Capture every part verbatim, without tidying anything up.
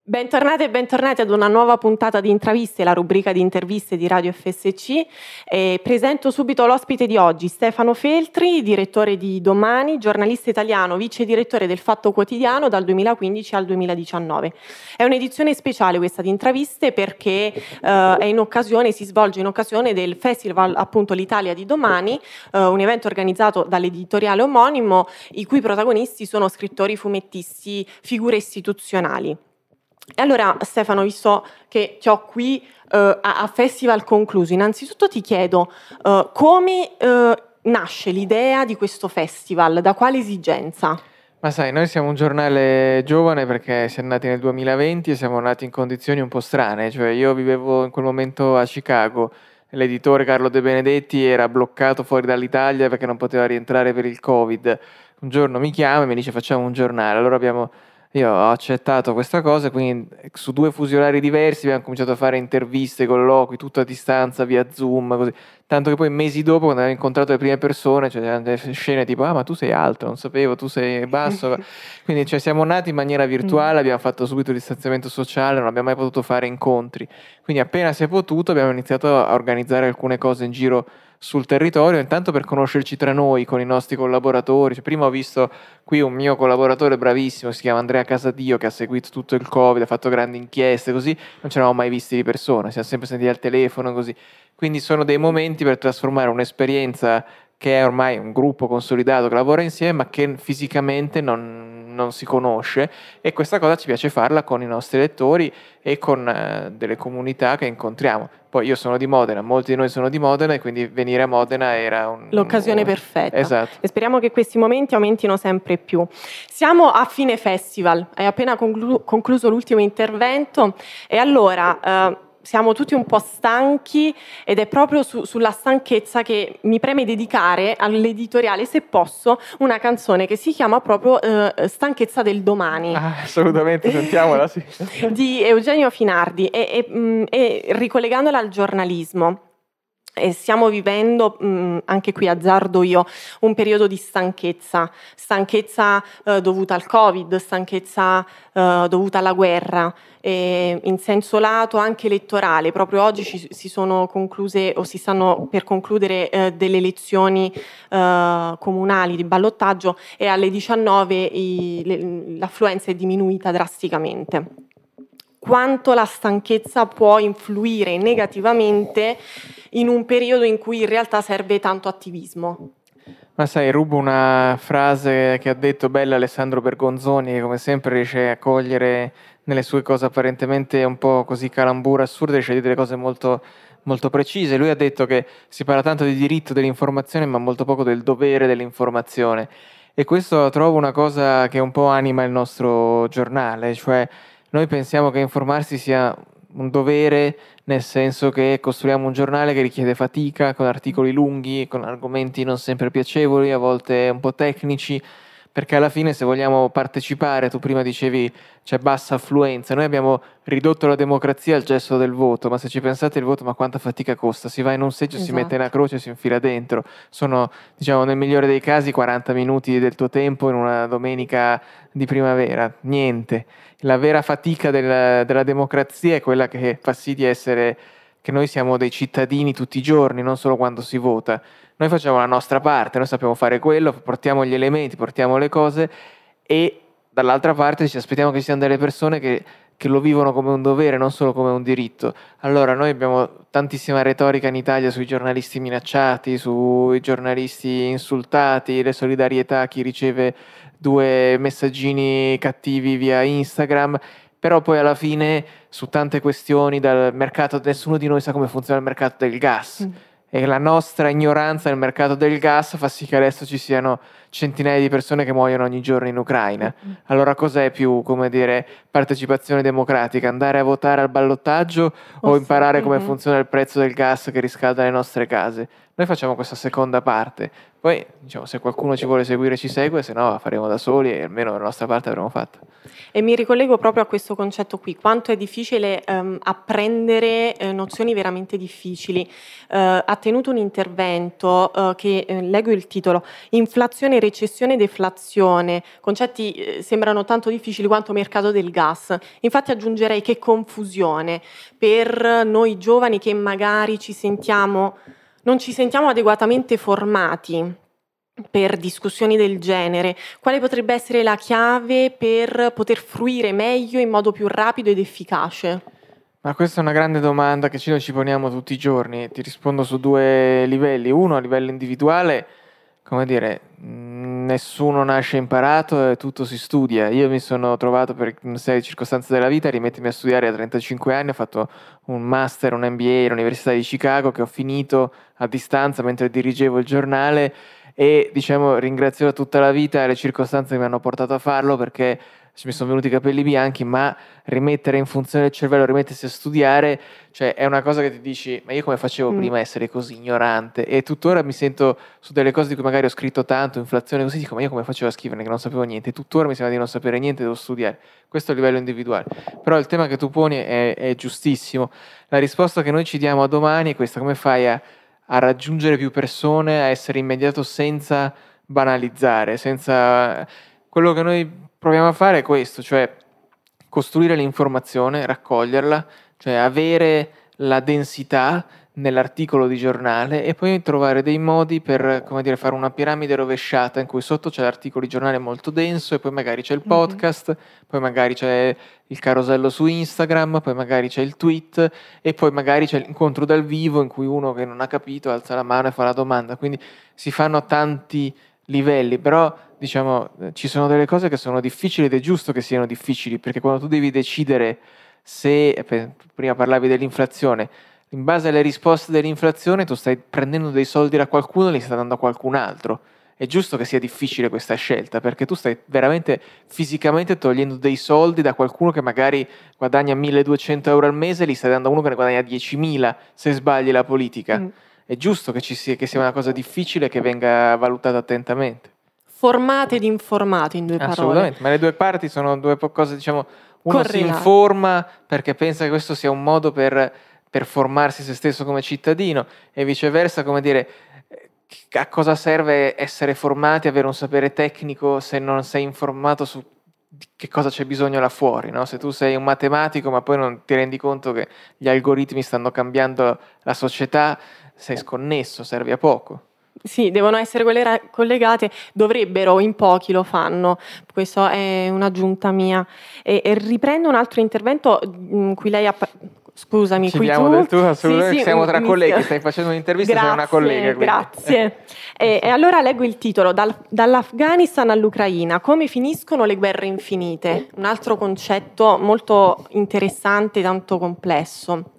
Bentornate e bentornati ad una nuova puntata di Intraviste, la rubrica di interviste di Radio F S C. E presento subito l'ospite di oggi, Stefano Feltri, direttore di Domani, giornalista italiano, vice direttore del Fatto Quotidiano dal duemilaquindici al duemiladiciannove. È un'edizione speciale questa di Intraviste perché eh, è in occasione, si svolge in occasione del festival appunto l'Italia di Domani, eh, un evento organizzato dall'editoriale omonimo, i cui protagonisti sono scrittori, fumettisti, figure istituzionali. E allora Stefano, visto che ti ho qui uh, a, a Festival Concluso, innanzitutto ti chiedo uh, come uh, nasce l'idea di questo festival, da quale esigenza? Ma sai, noi siamo un giornale giovane perché siamo nati nel duemilaventi e siamo nati in condizioni un po' strane, cioè io vivevo in quel momento a Chicago, l'editore Carlo De Benedetti era bloccato fuori dall'Italia perché non poteva rientrare per il Covid. Un giorno mi chiama e mi dice facciamo un giornale, allora abbiamo... Io ho accettato questa cosa, quindi su due fusi orari diversi abbiamo cominciato a fare interviste, colloqui, tutto a distanza, via Zoom, così. Tanto che poi mesi dopo, quando abbiamo incontrato le prime persone, cioè c'erano delle scene tipo, ah ma tu sei alto, non sapevo, tu sei basso. Quindi cioè, siamo nati in maniera virtuale, abbiamo fatto subito il distanziamento sociale, non abbiamo mai potuto fare incontri. Quindi appena si è potuto abbiamo iniziato a organizzare alcune cose in giro sul territorio, intanto per conoscerci tra noi con i nostri collaboratori. Cioè, prima ho visto qui un mio collaboratore bravissimo, si chiama Andrea Casadio, che ha seguito tutto il Covid, ha fatto grandi inchieste, così non ci eravamo mai visti di persona, siamo sempre sentiti al telefono, così. Quindi sono dei momenti per trasformare un'esperienza che è ormai un gruppo consolidato che lavora insieme, ma che fisicamente non, non si conosce, e questa cosa ci piace farla con i nostri lettori e con eh, delle comunità che incontriamo. Poi io sono di Modena, molti di noi sono di Modena e quindi venire a Modena era un, l'occasione un... perfetta. Esatto. E speriamo che questi momenti aumentino sempre più. Siamo a fine festival, hai appena conclu- concluso l'ultimo intervento e allora eh, siamo tutti un po' stanchi ed è proprio su, sulla stanchezza che mi preme dedicare all'editoriale, se posso, una canzone che si chiama proprio eh, Stanchezza del domani. Ah, assolutamente, sentiamola, sì. Di Eugenio Finardi e, e, e ricollegandola al giornalismo. E stiamo vivendo, mh, anche qui azzardo io, un periodo di stanchezza, stanchezza eh, dovuta al Covid, stanchezza eh, dovuta alla guerra, e in senso lato anche elettorale. Proprio oggi ci, si sono concluse o si stanno per concludere eh, delle elezioni eh, comunali di ballottaggio e alle diciannove i, le, l'affluenza è diminuita drasticamente. Quanto la stanchezza può influire negativamente in un periodo in cui in realtà serve tanto attivismo. Ma sai, rubo una frase che ha detto bella Alessandro Bergonzoni, che come sempre riesce a cogliere nelle sue cose apparentemente un po' così calambure, assurde, riesce a dire delle cose molto, molto precise. Lui ha detto che si parla tanto di diritto dell'informazione, ma molto poco del dovere dell'informazione. E questo trovo una cosa che un po' anima il nostro giornale, cioè noi pensiamo che informarsi sia un dovere, nel senso che costruiamo un giornale che richiede fatica, con articoli lunghi, con argomenti non sempre piacevoli, a volte un po' tecnici, perché alla fine se vogliamo partecipare, tu prima dicevi c'è bassa affluenza, noi abbiamo ridotto la democrazia al gesto del voto, ma se ci pensate il voto, ma quanta fatica costa? Si va in un seggio, esatto. Si mette una croce e si infila dentro, sono diciamo nel migliore dei casi quaranta minuti del tuo tempo in una domenica di primavera, niente. La vera fatica della, della democrazia è quella che fa sì di essere, che noi siamo dei cittadini tutti i giorni, non solo quando si vota. Noi facciamo la nostra parte, noi sappiamo fare quello, portiamo gli elementi, portiamo le cose e dall'altra parte ci aspettiamo che ci siano delle persone che, che lo vivono come un dovere, non solo come un diritto. Allora noi abbiamo tantissima retorica in Italia sui giornalisti minacciati, sui giornalisti insultati, le solidarietà a chi riceve due messaggini cattivi via Instagram, però poi alla fine su tante questioni dal mercato, nessuno di noi sa come funziona il mercato del gas. Mm. E la nostra ignoranza nel mercato del gas fa sì che adesso ci siano centinaia di persone che muoiono ogni giorno in Ucraina. Allora cos'è più, come dire, partecipazione democratica? Andare a votare al ballottaggio o, o imparare sì. come mm-hmm. funziona il prezzo del gas che riscalda le nostre case? Noi facciamo questa seconda parte. Poi, diciamo, se qualcuno ci vuole seguire ci segue, se no la faremo da soli e almeno la nostra parte l'avremo fatta. E mi ricollego proprio a questo concetto qui, quanto è difficile um, apprendere eh, nozioni veramente difficili. Uh, ha tenuto un intervento uh, che, eh, leggo il titolo, Inflazione inflazione, recessione, deflazione, concetti eh, sembrano tanto difficili quanto mercato del gas. Infatti aggiungerei che confusione per noi giovani che magari ci sentiamo, non ci sentiamo adeguatamente formati per discussioni del genere. Quale potrebbe essere la chiave per poter fruire meglio in modo più rapido ed efficace? Ma questa è una grande domanda che ci, ci poniamo tutti i giorni. Ti rispondo su due livelli. Uno, a livello individuale, come dire, nessuno nasce imparato e tutto si studia. Io mi sono trovato per una serie di circostanze della vita a rimettermi a studiare a trentacinque anni, ho fatto un master, un M B A all'Università di Chicago che ho finito a distanza mentre dirigevo il giornale e diciamo ringrazio tutta la vita le circostanze che mi hanno portato a farlo, perché mi sono venuti i capelli bianchi, ma rimettere in funzione il cervello, rimettersi a studiare, cioè è una cosa che ti dici, ma io come facevo Mm. prima a essere così ignorante? E tuttora mi sento su delle cose di cui magari ho scritto tanto, inflazione, così dico, ma io come facevo a scriverne che non sapevo niente? E tuttora mi sembra di non sapere niente, devo studiare. Questo a livello individuale. Però il tema che tu poni è, è giustissimo. La risposta che noi ci diamo a domani è questa: come fai a, a raggiungere più persone, a essere immediato senza banalizzare, senza... Quello che noi proviamo a fare è questo, cioè costruire l'informazione, raccoglierla, cioè avere la densità nell'articolo di giornale e poi trovare dei modi per, come dire, fare una piramide rovesciata in cui sotto c'è l'articolo di giornale molto denso e poi magari c'è il podcast, mm-hmm. poi magari c'è il carosello su Instagram, poi magari c'è il tweet e poi magari c'è l'incontro dal vivo in cui uno che non ha capito alza la mano e fa la domanda. Quindi si fanno tanti livelli, però diciamo ci sono delle cose che sono difficili ed è giusto che siano difficili, perché quando tu devi decidere se, prima parlavi dell'inflazione, in base alle risposte dell'inflazione tu stai prendendo dei soldi da qualcuno e li stai dando a qualcun altro. È giusto che sia difficile questa scelta, perché tu stai veramente fisicamente togliendo dei soldi da qualcuno che magari guadagna milleduecento euro al mese e li stai dando a uno che ne guadagna diecimila se sbagli la politica. Mm. È giusto che, ci sia, che sia una cosa difficile e che venga valutata attentamente. Formate ed informate, in due Assolutamente, parole. Assolutamente, ma le due parti sono due cose, diciamo, uno Correlate. Si informa perché pensa che questo sia un modo per, per formarsi se stesso come cittadino e viceversa, come dire, a cosa serve essere formati, avere un sapere tecnico se non sei informato su che cosa c'è bisogno là fuori, no? Se tu sei un matematico ma poi non ti rendi conto che gli algoritmi stanno cambiando la società, sei sconnesso, servi a poco. Sì, devono essere quelle collegate, dovrebbero, in pochi lo fanno, questa è un'aggiunta mia. E, e riprendo un altro intervento in cui lei ha... Scusami, Ci qui diamo tu... del tu, assolutamente, sì, sì, siamo tra mi... colleghi, stai facendo un'intervista, grazie, sei una collega. Quindi. Grazie, e, e allora leggo il titolo, Dal, dall'Afghanistan all'Ucraina, come finiscono le guerre infinite? Un altro concetto molto interessante, tanto complesso.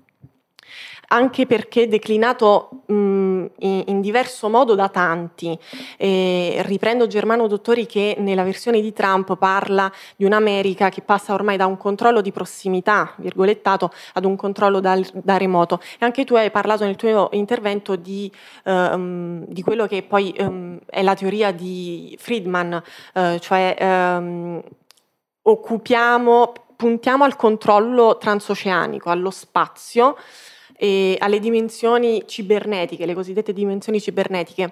Anche perché declinato mh, in, in diverso modo da tanti. Eh, riprendo Germano Dottori che nella versione di Trump parla di un'America che passa ormai da un controllo di prossimità, virgolettato, ad un controllo da, da remoto. E anche tu hai parlato nel tuo intervento di, um, di quello che poi um, è la teoria di Friedman, uh, cioè um, occupiamo, puntiamo al controllo transoceanico, allo spazio, e alle dimensioni cibernetiche, le cosiddette dimensioni cibernetiche.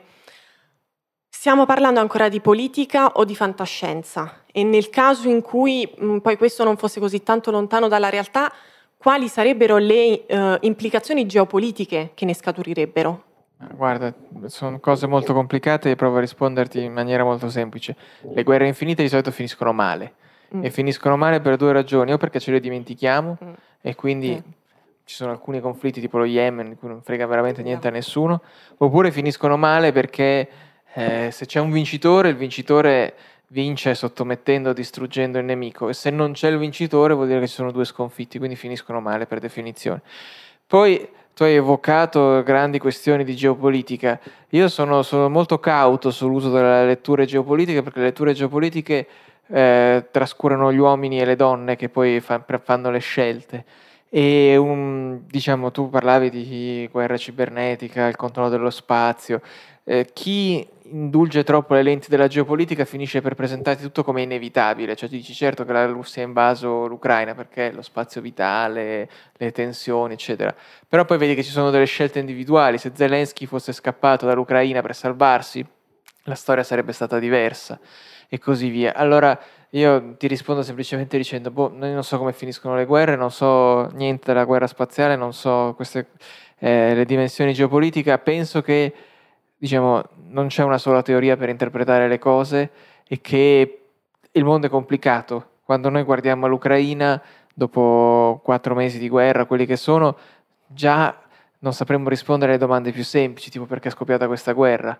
Stiamo parlando ancora di politica o di fantascienza? E nel caso in cui mh, poi questo non fosse così tanto lontano dalla realtà, quali sarebbero le uh, implicazioni geopolitiche che ne scaturirebbero? Guarda, sono cose molto complicate e provo a risponderti in maniera molto semplice. Le guerre infinite di solito finiscono male. Mm. E finiscono male per due ragioni: o perché ce le dimentichiamo mm. e quindi... Mm. ci sono alcuni conflitti tipo lo Yemen, di cui non frega veramente niente a nessuno, oppure finiscono male perché eh, se c'è un vincitore, il vincitore vince sottomettendo, distruggendo il nemico, e se non c'è il vincitore vuol dire che ci sono due sconfitti, quindi finiscono male per definizione. Poi tu hai evocato grandi questioni di geopolitica. Io sono, sono molto cauto sull'uso delle letture geopolitiche, perché le letture geopolitiche eh, trascurano gli uomini e le donne che poi fa, fanno le scelte. E un, diciamo, tu parlavi di guerra cibernetica, il controllo dello spazio. Eh, chi indulge troppo le lenti della geopolitica finisce per presentarti tutto come inevitabile, cioè ti dici certo che la Russia ha invaso l'Ucraina perché lo spazio vitale, le tensioni, eccetera. Però poi vedi che ci sono delle scelte individuali. Se Zelensky fosse scappato dall'Ucraina per salvarsi, la storia sarebbe stata diversa e così via. Allora io ti rispondo semplicemente dicendo, boh, noi non so come finiscono le guerre, non so niente della guerra spaziale, non so queste eh, le dimensioni geopolitiche, penso che diciamo non c'è una sola teoria per interpretare le cose e che il mondo è complicato. Quando noi guardiamo l'Ucraina dopo quattro mesi di guerra, quelli che sono, già non sapremmo rispondere alle domande più semplici, tipo perché è scoppiata questa guerra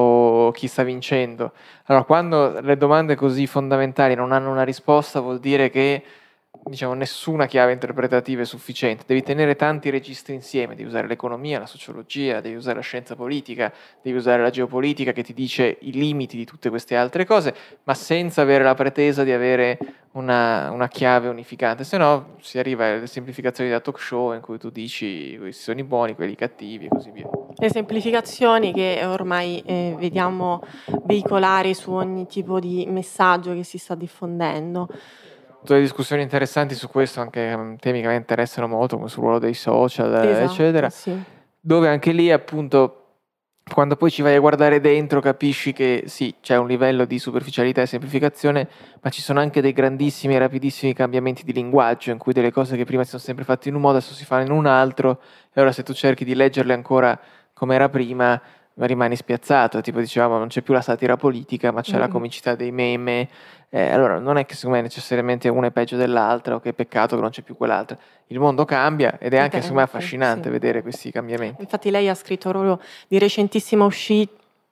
o chi sta vincendo. Allora, quando le domande così fondamentali non hanno una risposta, vuol dire che diciamo nessuna chiave interpretativa è sufficiente. Devi tenere tanti registri insieme, devi usare l'economia, la sociologia, devi usare la scienza politica, devi usare la geopolitica che ti dice i limiti di tutte queste altre cose, ma senza avere la pretesa di avere una, una chiave unificante, se no si arriva alle semplificazioni da talk show in cui tu dici questi sono i buoni, quelli cattivi e così via. Le semplificazioni che ormai eh, vediamo veicolare su ogni tipo di messaggio che si sta diffondendo. Due discussioni interessanti su questo, anche um, temi che mi interessano molto, come sul ruolo dei social, esatto, eccetera, sì. Dove anche lì appunto quando poi ci vai a guardare dentro capisci che sì, c'è un livello di superficialità e semplificazione, ma ci sono anche dei grandissimi e rapidissimi cambiamenti di linguaggio in cui delle cose che prima si sono sempre fatte in un modo adesso si fanno in un altro, e allora se tu cerchi di leggerle ancora come era prima rimani spiazzato, tipo dicevamo non c'è più la satira politica ma c'è mm. la comicità dei meme, eh, allora non è che secondo me necessariamente una è peggio dell'altra o che peccato che non c'è più quell'altra, il mondo cambia ed è anche secondo me affascinante sì. vedere questi cambiamenti. Infatti lei ha scritto proprio di recentissima uscita.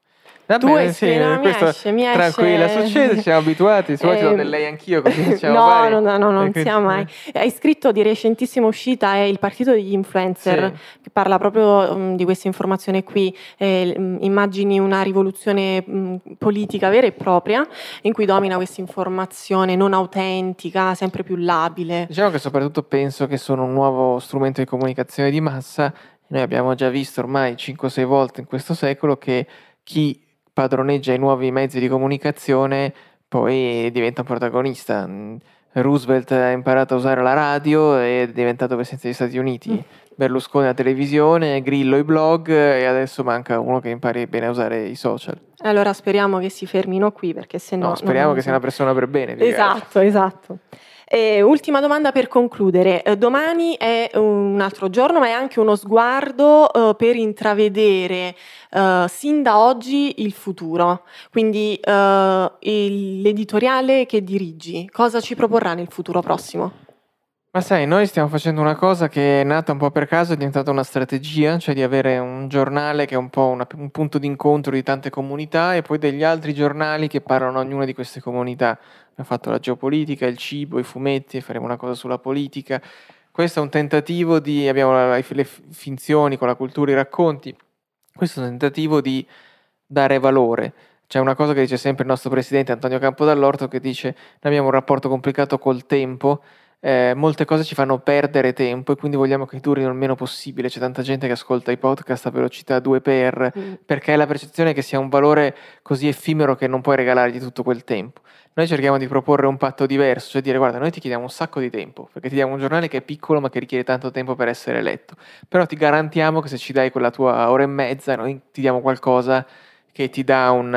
Va tu bene, sì, mi questo esce, mi tranquilla, esce. succede, ci siamo abituati, se vuoi ti do del lei anch'io così diciamo no, vari. no, no, no, non sia mai. Hai scritto di recentissima uscita è il partito degli influencer, sì. che parla proprio um, di questa informazione qui, eh, immagini una rivoluzione um, politica vera e propria in cui domina questa informazione non autentica, sempre più labile. Diciamo che soprattutto penso che sono un nuovo strumento di comunicazione di massa. Noi abbiamo già visto ormai cinque o sei volte in questo secolo che chi padroneggia i nuovi mezzi di comunicazione poi diventa un protagonista. Roosevelt ha imparato a usare la radio e è diventato presidente degli Stati Uniti. Mm. Berlusconi la televisione, Grillo i blog e adesso manca uno che impari bene a usare i social. Allora speriamo che si fermino qui perché se no... No, speriamo che so. sia una persona per bene. Esatto, esatto. Eh, ultima domanda per concludere. Eh, domani è un altro giorno, ma è anche uno sguardo eh, per intravedere eh, sin da oggi il futuro. Quindi eh, il, l'editoriale che dirigi, cosa ci proporrà nel futuro prossimo? Ma sai, noi stiamo facendo una cosa che è nata un po' per caso, è diventata una strategia, cioè di avere un giornale che è un po' una, un punto d'incontro di tante comunità e poi degli altri giornali che parlano ognuna di queste comunità. Abbiamo fatto la geopolitica, il cibo, i fumetti, faremo una cosa sulla politica. Questo è un tentativo di, abbiamo le, le finzioni con la cultura e i racconti, questo è un tentativo di dare valore. C'è una cosa che dice sempre il nostro presidente Antonio Campo Dall'Orto che dice: noi abbiamo un rapporto complicato col tempo, eh, molte cose ci fanno perdere tempo e quindi vogliamo che durino il meno possibile. C'è tanta gente che ascolta i podcast a velocità due per mm. perché ha la percezione che sia un valore così effimero che non puoi regalargli tutto quel tempo. Noi cerchiamo di proporre un patto diverso, cioè dire: guarda, noi ti chiediamo un sacco di tempo, perché ti diamo un giornale che è piccolo ma che richiede tanto tempo per essere letto, però ti garantiamo che se ci dai quella tua ora e mezza noi ti diamo qualcosa che ti dà un,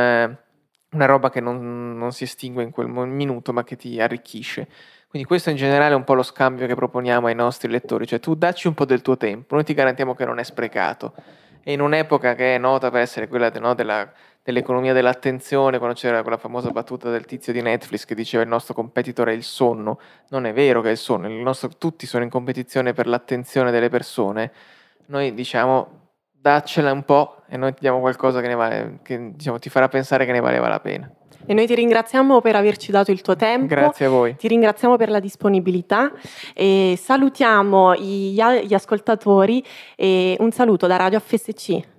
una roba che non, non si estingue in quel minuto ma che ti arricchisce. Quindi questo in generale è un po' lo scambio che proponiamo ai nostri lettori, cioè tu dacci un po' del tuo tempo, noi ti garantiamo che non è sprecato. E in un'epoca che è nota per essere quella de, no, della, dell'economia dell'attenzione, quando c'era quella famosa battuta del tizio di Netflix che diceva il nostro competitor è il sonno, non è vero che è il sonno, il nostro, tutti sono in competizione per l'attenzione delle persone, noi diciamo daccela un po' e noi ti diamo qualcosa che, ne vale, che diciamo, ti farà pensare che ne valeva la pena. E noi ti ringraziamo per averci dato il tuo tempo. Grazie a voi. Ti ringraziamo per la disponibilità e salutiamo gli, gli ascoltatori e un saluto da Radio F S C.